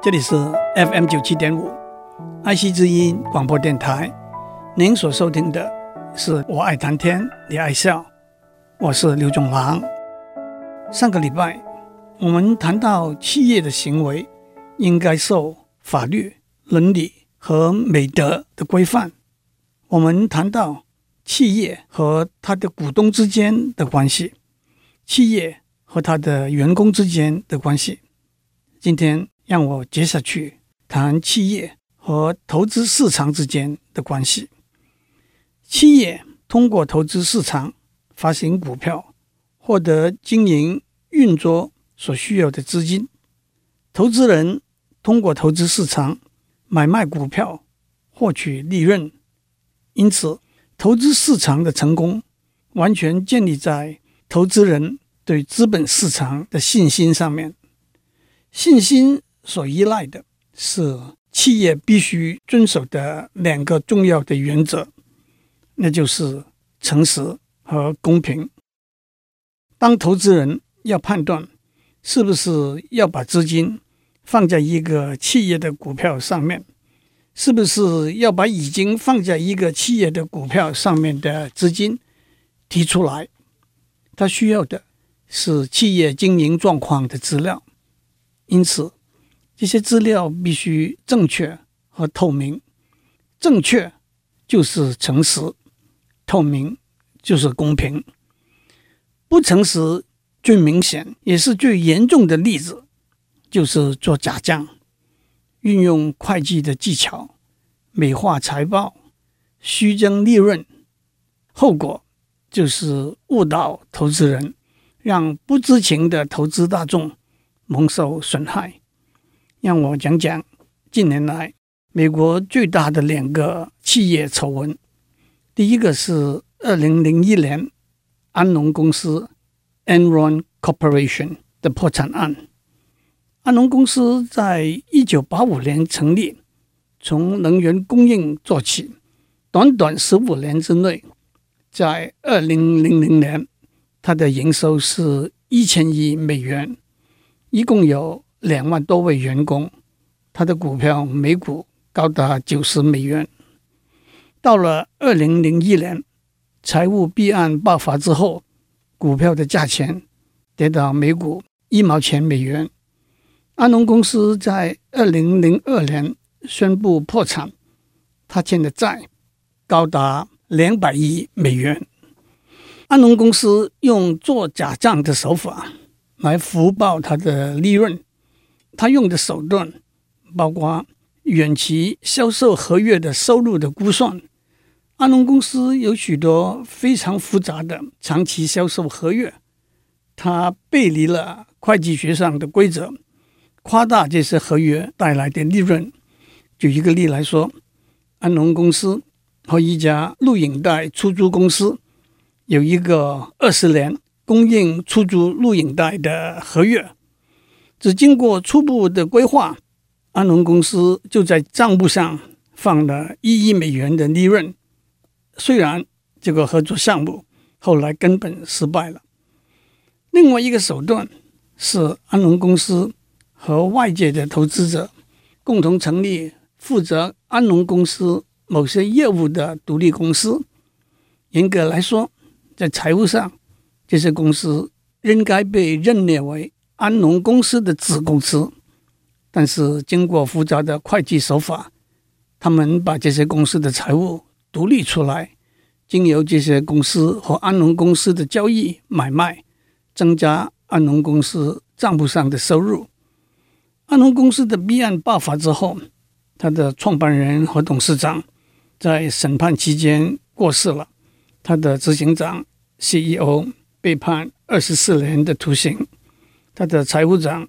这里是 FM97.5 爱惜之音广播电台，您所收听的是我爱谈天你爱笑，我是刘总郎。上个礼拜我们谈到企业的行为应该受法律、伦理和美德的规范，我们谈到企业和它的股东之间的关系，企业和它的员工之间的关系。今天让我接下去谈企业和投资市场之间的关系。企业通过投资市场发行股票，获得经营运作所需要的资金。投资人通过投资市场买卖股票，获取利润。因此，投资市场的成功完全建立在投资人对资本市场的信心上面。信心所依赖的是企业必须遵守的两个重要的原则，那就是诚实和公平。当投资人要判断是不是要把资金放在一个企业的股票上面，是不是要把已经放在一个企业的股票上面的资金提出来，他需要的是企业经营状况的资料。因此，这些资料必须正确和透明。正确就是诚实，透明就是公平。不诚实最明显也是最严重的例子，就是做假账，运用会计的技巧美化财报，虚增利润，后果就是误导投资人，让不知情的投资大众蒙受损害。让我讲讲近年来美国最大的两个企业丑闻。第一个是2001年安农公司 Enron Corporation 的破产案。安农公司在1985年成立，从能源供应做起，短短15年之内，在2000年它的营收是1000亿美元，一共有2万多位员工，他的股票每股高达90美元。到了2001年，财务弊案爆发之后，股票的价钱跌到每股1毛钱美元。安农公司在2002年宣布破产，他欠的债高达200亿美元。安农公司用做假账的手法来福报他的利润，他用的手段包括远期销售合约的收入的估算。安农公司有许多非常复杂的长期销售合约，他背离了会计学上的规则，夸大这些合约带来的利润。举一个例来说，安农公司和一家录影带出租公司有一个20年供应出租录影带的合约，只经过初步的规划，安农公司就在账簿上放了1亿美元的利润。虽然这个合作项目后来根本失败了。另外一个手段是安农公司和外界的投资者共同成立负责安农公司某些业务的独立公司。严格来说，在财务上，这些公司应该被认列为安农公司的子公司，但是经过复杂的会计手法，他们把这些公司的财务独立出来，经由这些公司和安农公司的交易买卖，增加安农公司账簿上的收入。安农公司的弊案爆发之后，他的创办人和董事长在审判期间过世了，他的执行长 CEO 被判24年的徒刑，他的财务长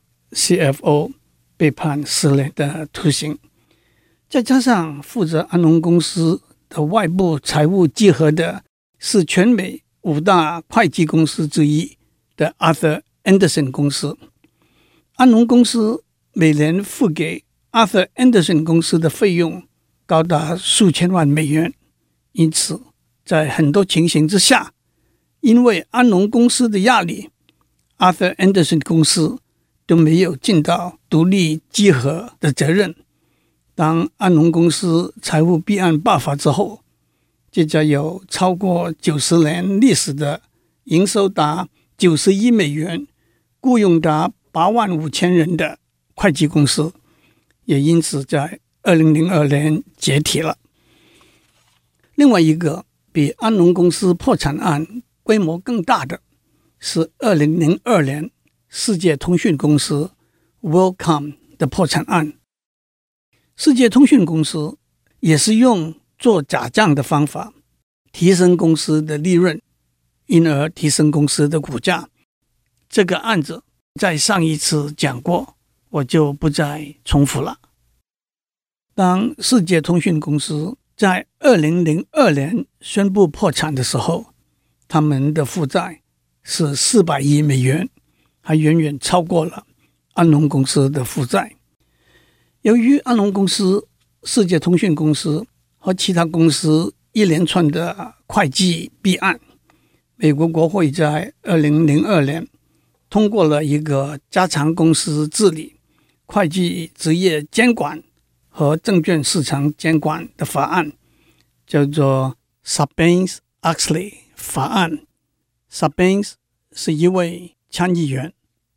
CFO 被判10年的徒刑。再加上负责安农公司的外部财务稽核的是全美5大会计公司之一的 Arthur Andersen 公司。安农公司每年付给 Arthur Andersen 公司的费用高达数千万美元，因此在很多情形之下，因为安农公司的压力， Arthur Andersen 公司都没有尽到独立稽核的责任。当安农公司财务弊案爆发之后，这家有超过90年历史的营收达90亿美元、雇用达85000人的会计公司，也因此在2002年解体了。另外一个比安农公司破产案规模更大的是2002年世界通讯公司 WorldCom 的破产案。世界通讯公司也是用做假账的方法提升公司的利润，因而提升公司的股价。这个案子在上一次讲过，我就不再重复了。当世界通讯公司在2002年宣布破产的时候，他们的负债是400亿美元，还远远超过了安农公司的负债。由于安农公司、世界通讯公司和其他公司一连串的会计弊案，美国国会在2002年通过了一个加强公司治理、会计职业监管和证券市场监管的法案，叫做 Sarbanes-Oxley 法案。Sarbanes 是一位参议员，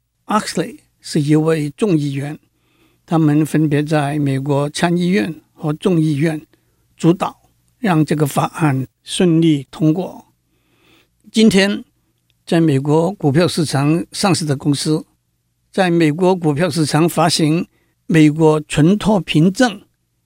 Oxley 是一位众议员，他们分别在美国参议院和众议院主导，让这个法案顺利通过。今天在美国股票市场上市的公司，在美国股票市场发行美国存托凭证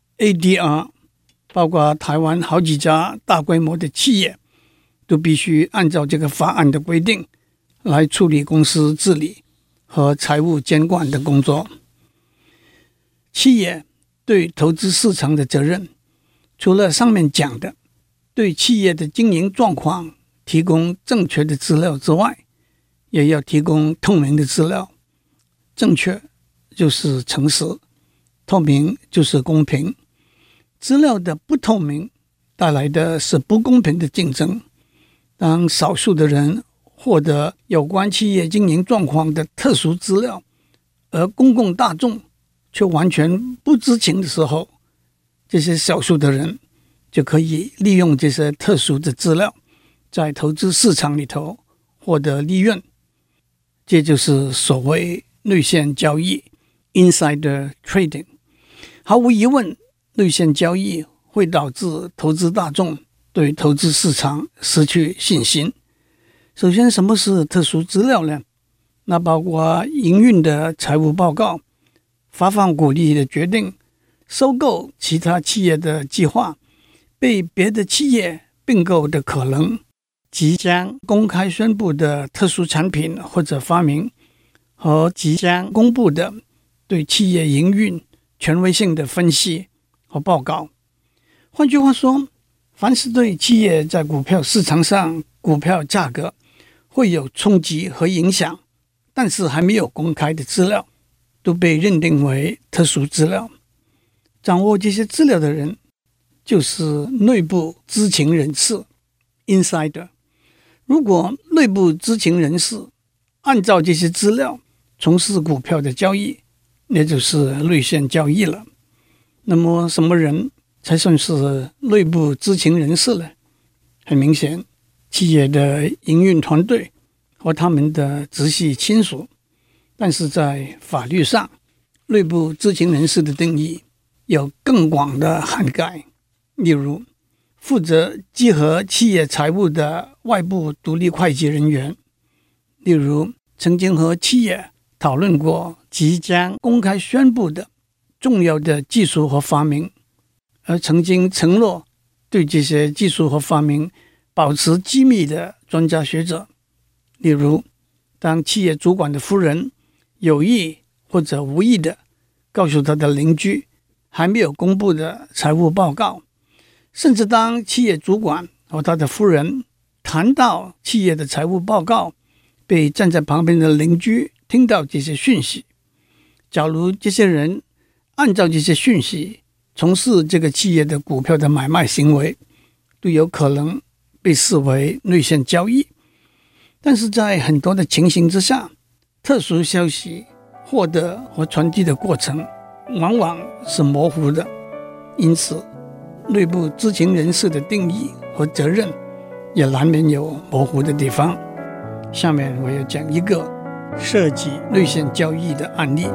ADR， 包括台湾好几家大规模的企业，都必须按照这个法案的规定来处理公司治理和财务监管的工作。企业对投资市场的责任，除了上面讲的对企业的经营状况提供正确的资料之外，也要提供透明的资料。正确就是诚实，透明就是公平。资料的不透明带来的是不公平的竞争。当少数的人获得有关企业经营状况的特殊资料，而公共大众却完全不知情的时候，这些少数的人就可以利用这些特殊的资料，在投资市场里头获得利润。这就是所谓内线交易 Insider Trading。 毫无疑问，内线交易会导致投资大众对投资市场失去信心。首先，什么是特殊资料呢？那包括营运的财务报告、发放股利的决定、收购其他企业的计划、被别的企业并购的可能、即将公开宣布的特殊产品或者发明，和即将公布的对企业营运权威性的分析和报告。换句话说，凡是对企业在股票市场上股票价格会有冲击和影响，但是还没有公开的资料，都被认定为特殊资料。掌握这些资料的人就是内部知情人士 Insider。 如果内部知情人士按照这些资料从事股票的交易，那就是内线交易了。那么什么人才算是内部知情人士呢？很明显，企业的营运团队和他们的直系亲属。但是在法律上，内部知情人士的定义有更广的涵盖。例如，负责稽核企业财务的外部独立会计人员；例如，曾经和企业讨论过即将公开宣布的重要的技术和发明，而曾经承诺对这些技术和发明保持机密的专家学者；例如，当企业主管的夫人有意或者无意的告诉他的邻居还没有公布的财务报告，甚至当企业主管和他的夫人谈到企业的财务报告，被站在旁边的邻居听到这些讯息，假如这些人按照这些讯息从事这个企业的股票的买卖行为，都有可能被视为内线交易。但是在很多的情形之下，特殊消息获得和传递的过程往往是模糊的，因此内部知情人士的定义和责任也难免有模糊的地方。下面我要讲一个涉及内线交易的案例。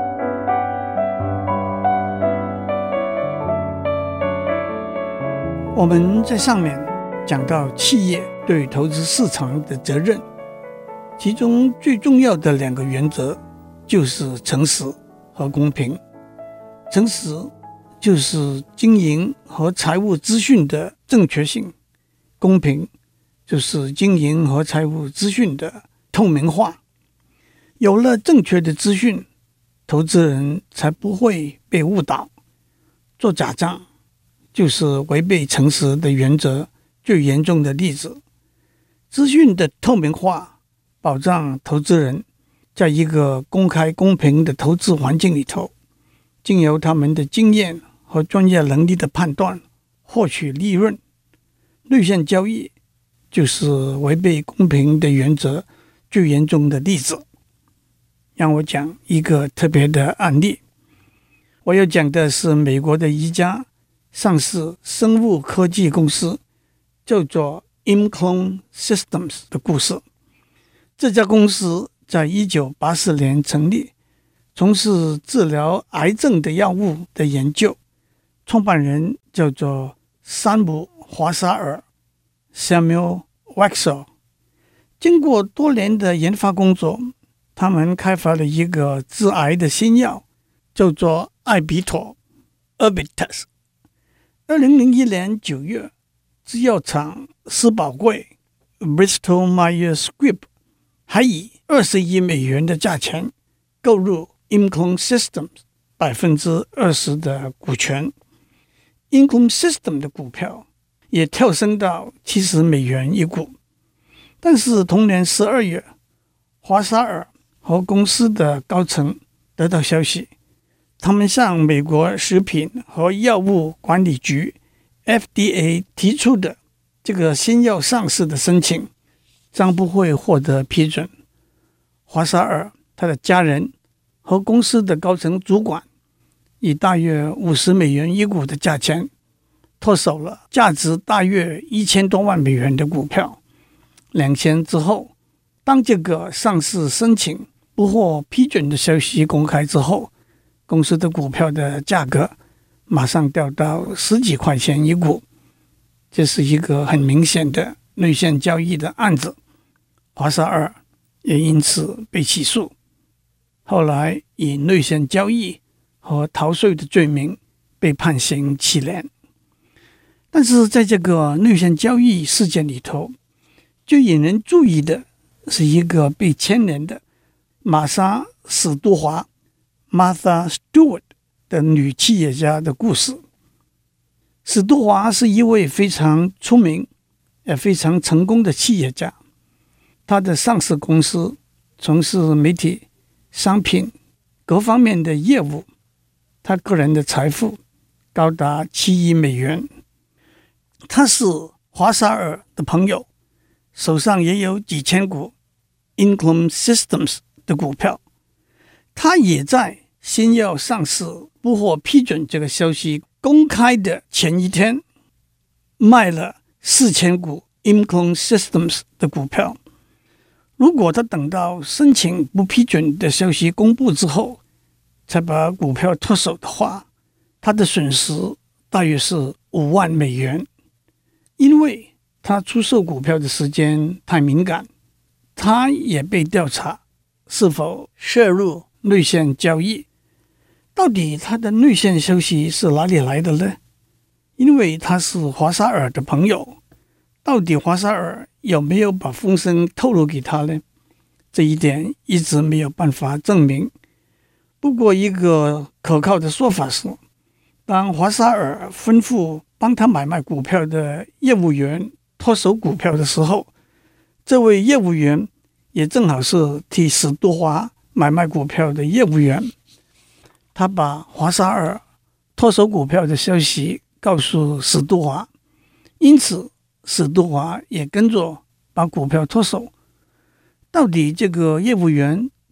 我们在上面讲到企业对投资市场的责任，其中最重要的2个原则就是诚实和公平。诚实就是经营和财务资讯的正确性，公平就是经营和财务资讯的透明化。有了正确的资讯，投资人才不会被误导。做假账就是违背诚实的原则最严重的例子。资讯的透明化保障投资人在一个公开公平的投资环境里头，经由他们的经验和专业能力的判断获取利润。内线交易就是违背公平的原则最严重的例子。让我讲一个特别的案例。我要讲的是美国的一家上市生物科技公司，叫做 ImClone Systems 的故事。这家公司在1984年成立，从事治疗癌症的药物的研究。创办人叫做山姆·华沙尔 Samuel Waxel。 经过多年的研发工作，他们开发了一个治癌的新药，叫做艾比妥 Erbitux。 2001年9月，制药厂斯宝贵 Bristol Myers Squibb 还以20亿美元的价钱购入 ImClone Systems 20%的股权。 ImClone Systems 的股票也跳升到70美元一股。但是同年12月，华沙尔和公司的高层得到消息，他们向美国食品和药物管理局 FDA 提出的这个新药上市的申请将不会获得批准。华沙尔他的家人和公司的高层主管以大约50美元一股的价钱脱手了价值大约1000多万美元的股票。2天之后，当这个上市申请不获批准的消息公开之后，公司的股票的价格马上掉到10几块钱一股。这是一个很明显的内线交易的案子，华沙尔也因此被起诉，后来以内线交易和逃税的罪名被判刑7年。但是在这个内线交易事件里头，最引人注意的是一个被牵连的玛莎·史都华 Martha Stewart 的女企业家的故事。史都华是一位非常出名也非常成功的企业家，她的上市公司从事媒体、商品各方面的业务，她个人的财富高达7亿美元。她是华沙尔的朋友，手上也有几千股 ImClone Systems 的股票。他也在新药上市不获批准这个消息公开的前一天卖了4000股 ImClone Systems 的股票。如果他等到申请不批准的消息公布之后才把股票脱手的话，他的损失大约是5万美元。因为他出售股票的时间太敏感，他也被调查是否涉入内线交易。到底他的内线消息是哪里来的呢？因为他是华沙尔的朋友，到底华沙尔有没有把风声透露给他呢？这一点一直没有办法证明。不过一个可靠的说法是，当华沙尔吩咐帮他买卖股票的业务员脱手股票的时候，这位业务员也正好是替史都华买卖股票的业务员。他把华沙尔脱手股票的消息告诉史都华，因此史都华也跟着把股票脱手。到底这个业务员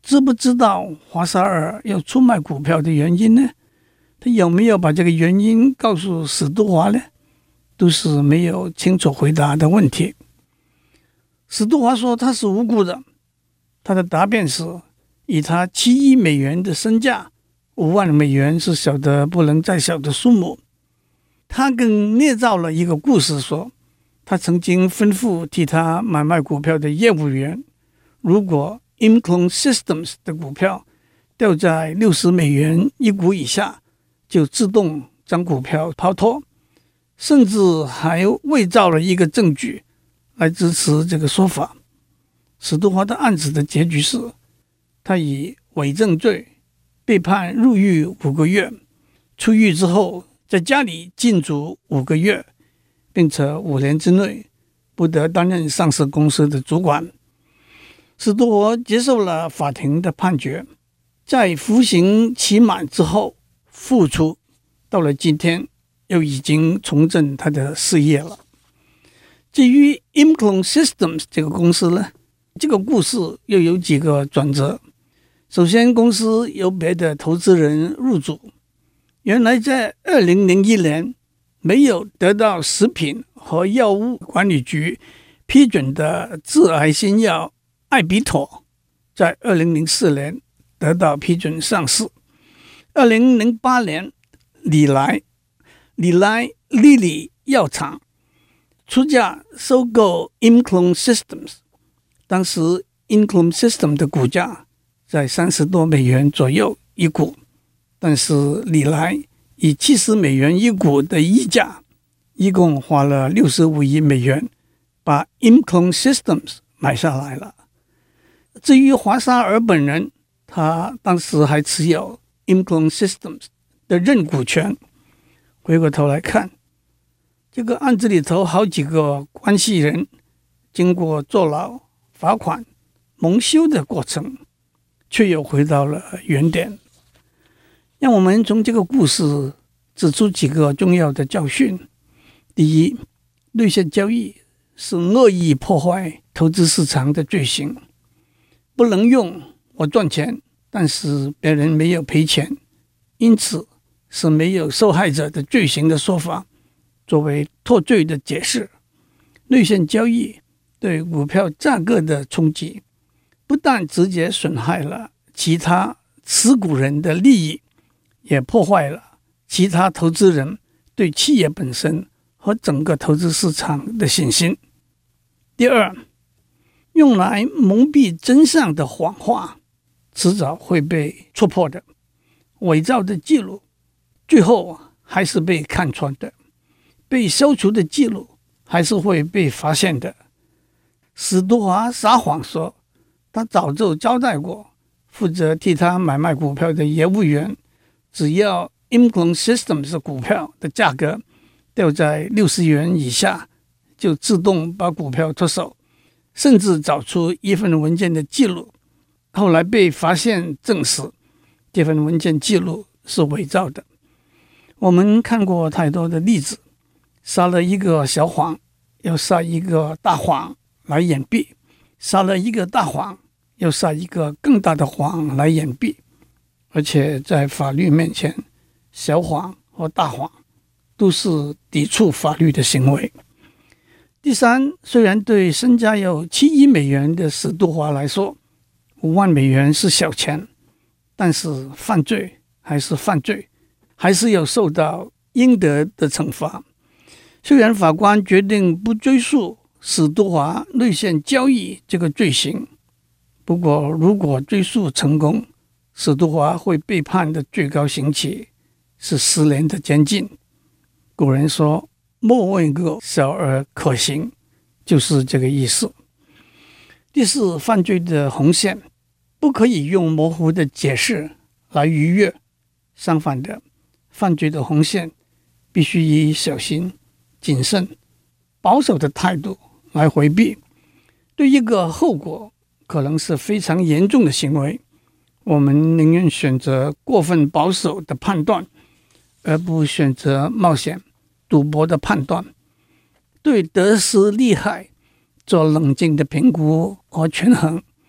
知不知道华沙尔要出卖股票的原因呢？他有没有把这个原因告诉史都华呢？都是没有清楚回答的问题。史都华说他是无辜的，他的答辩是以他7亿美元的身价，5万美元是小得不能再小的数目。他更捏造了一个故事说，他曾经吩咐替他买卖股票的业务员，如果 Imclone Systems 的股票掉在60美元一股以下，就自动将股票抛脱，甚至还伪造了一个证据来支持这个说法。史都华的案子的结局是，他以伪证罪被判入狱5个月，出狱之后在家里禁足5个月，并且5年之内不得担任上市公司的主管。史都华接受了法庭的判决，在服刑期满之后复出，到了今天又已经重振他的事业了。至于 Imclone Systems 这个公司呢，这个故事又有几个转折。首先，公司由别的投资人入主，原来在2001年没有得到食品和药物管理局批准的致癌新药艾比妥，在2004年得到批准上市。2008年，李来利里药厂出价收购 Imclone Systems， 当时 Imclone Systems 的股价在30多美元左右一股，但是李来以70美元一股的溢价，一共花了65亿美元把 Imclone Systems 买下来了。至于华沙尔本人，他当时还持有 Imclone Systems 的认股权。回过头来看，这个案子里头好几个关系人经过坐牢、罚款、蒙羞的过程，却又回到了原点。让我们从这个故事指出几个重要的教训。第一，内线交易是恶意破坏投资市场的罪行，不能用我赚钱，但是别人没有赔钱，因此是没有受害者的罪行的说法作为脱罪的解释。内线交易对股票价格的冲击，不但直接损害了其他持股人的利益，也破坏了其他投资人对企业本身和整个投资市场的信心。第二，用来蒙蔽真相的谎话迟早会被戳破的，伪造的记录最后还是被看穿的，被消除的记录还是会被发现的。史都华撒谎说他早就交代过负责替他买卖股票的业务员，只要 Imclone Systems 股票的价格掉在60元以下，就自动把股票脱手，甚至找出一份文件的记录。后来被发现证实，这份文件记录是伪造的。我们看过太多的例子，撒了一个小谎，要撒一个大谎来掩蔽；撒了一个大谎，要撒一个更大的谎来掩蔽。而且在法律面前，小谎和大谎都是抵触法律的行为。第三，虽然对身家有7亿美元的史都华来说，5万美元是小钱，但是犯罪还是犯罪，还是要受到应得的惩罚。虽然法官决定不追诉史都华内线交易这个罪行，不过如果追诉成功，史都华会被判的最高刑期是10年的监禁。古人说莫问个小而可行，就是这个意思。第四，犯罪的红线不可以用模糊的解释来逾越，相反的，犯罪的红线必须以小心、谨慎、保守的态度来回避。对一个后果可能是非常严重的行为，我们宁愿选择过分保守的判断，而不选择冒险赌博的判断。对得失利害做冷静的评估和权衡，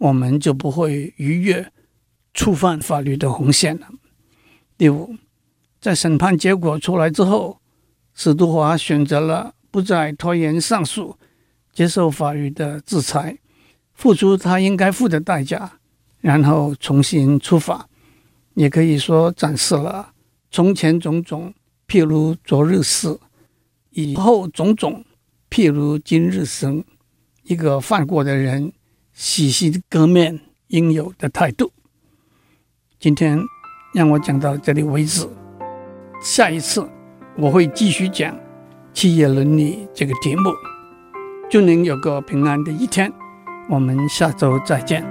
我们就不会逾越触犯法律的红线了。第五，在审判结果出来之后，司徒华选择了不再拖延上诉，接受法律的制裁，付出他应该付的代价，然后重新出发。也可以说展示了从前种种譬如昨日事，以后种种譬如今日生，一个犯过的人洗心革面应有的态度。今天让我讲到这里为止，下一次我会继续讲企业伦理这个题目。祝您有个平安的一天，我们下周再见。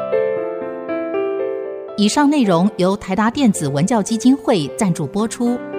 以上内容由台达电子文教基金会赞助播出。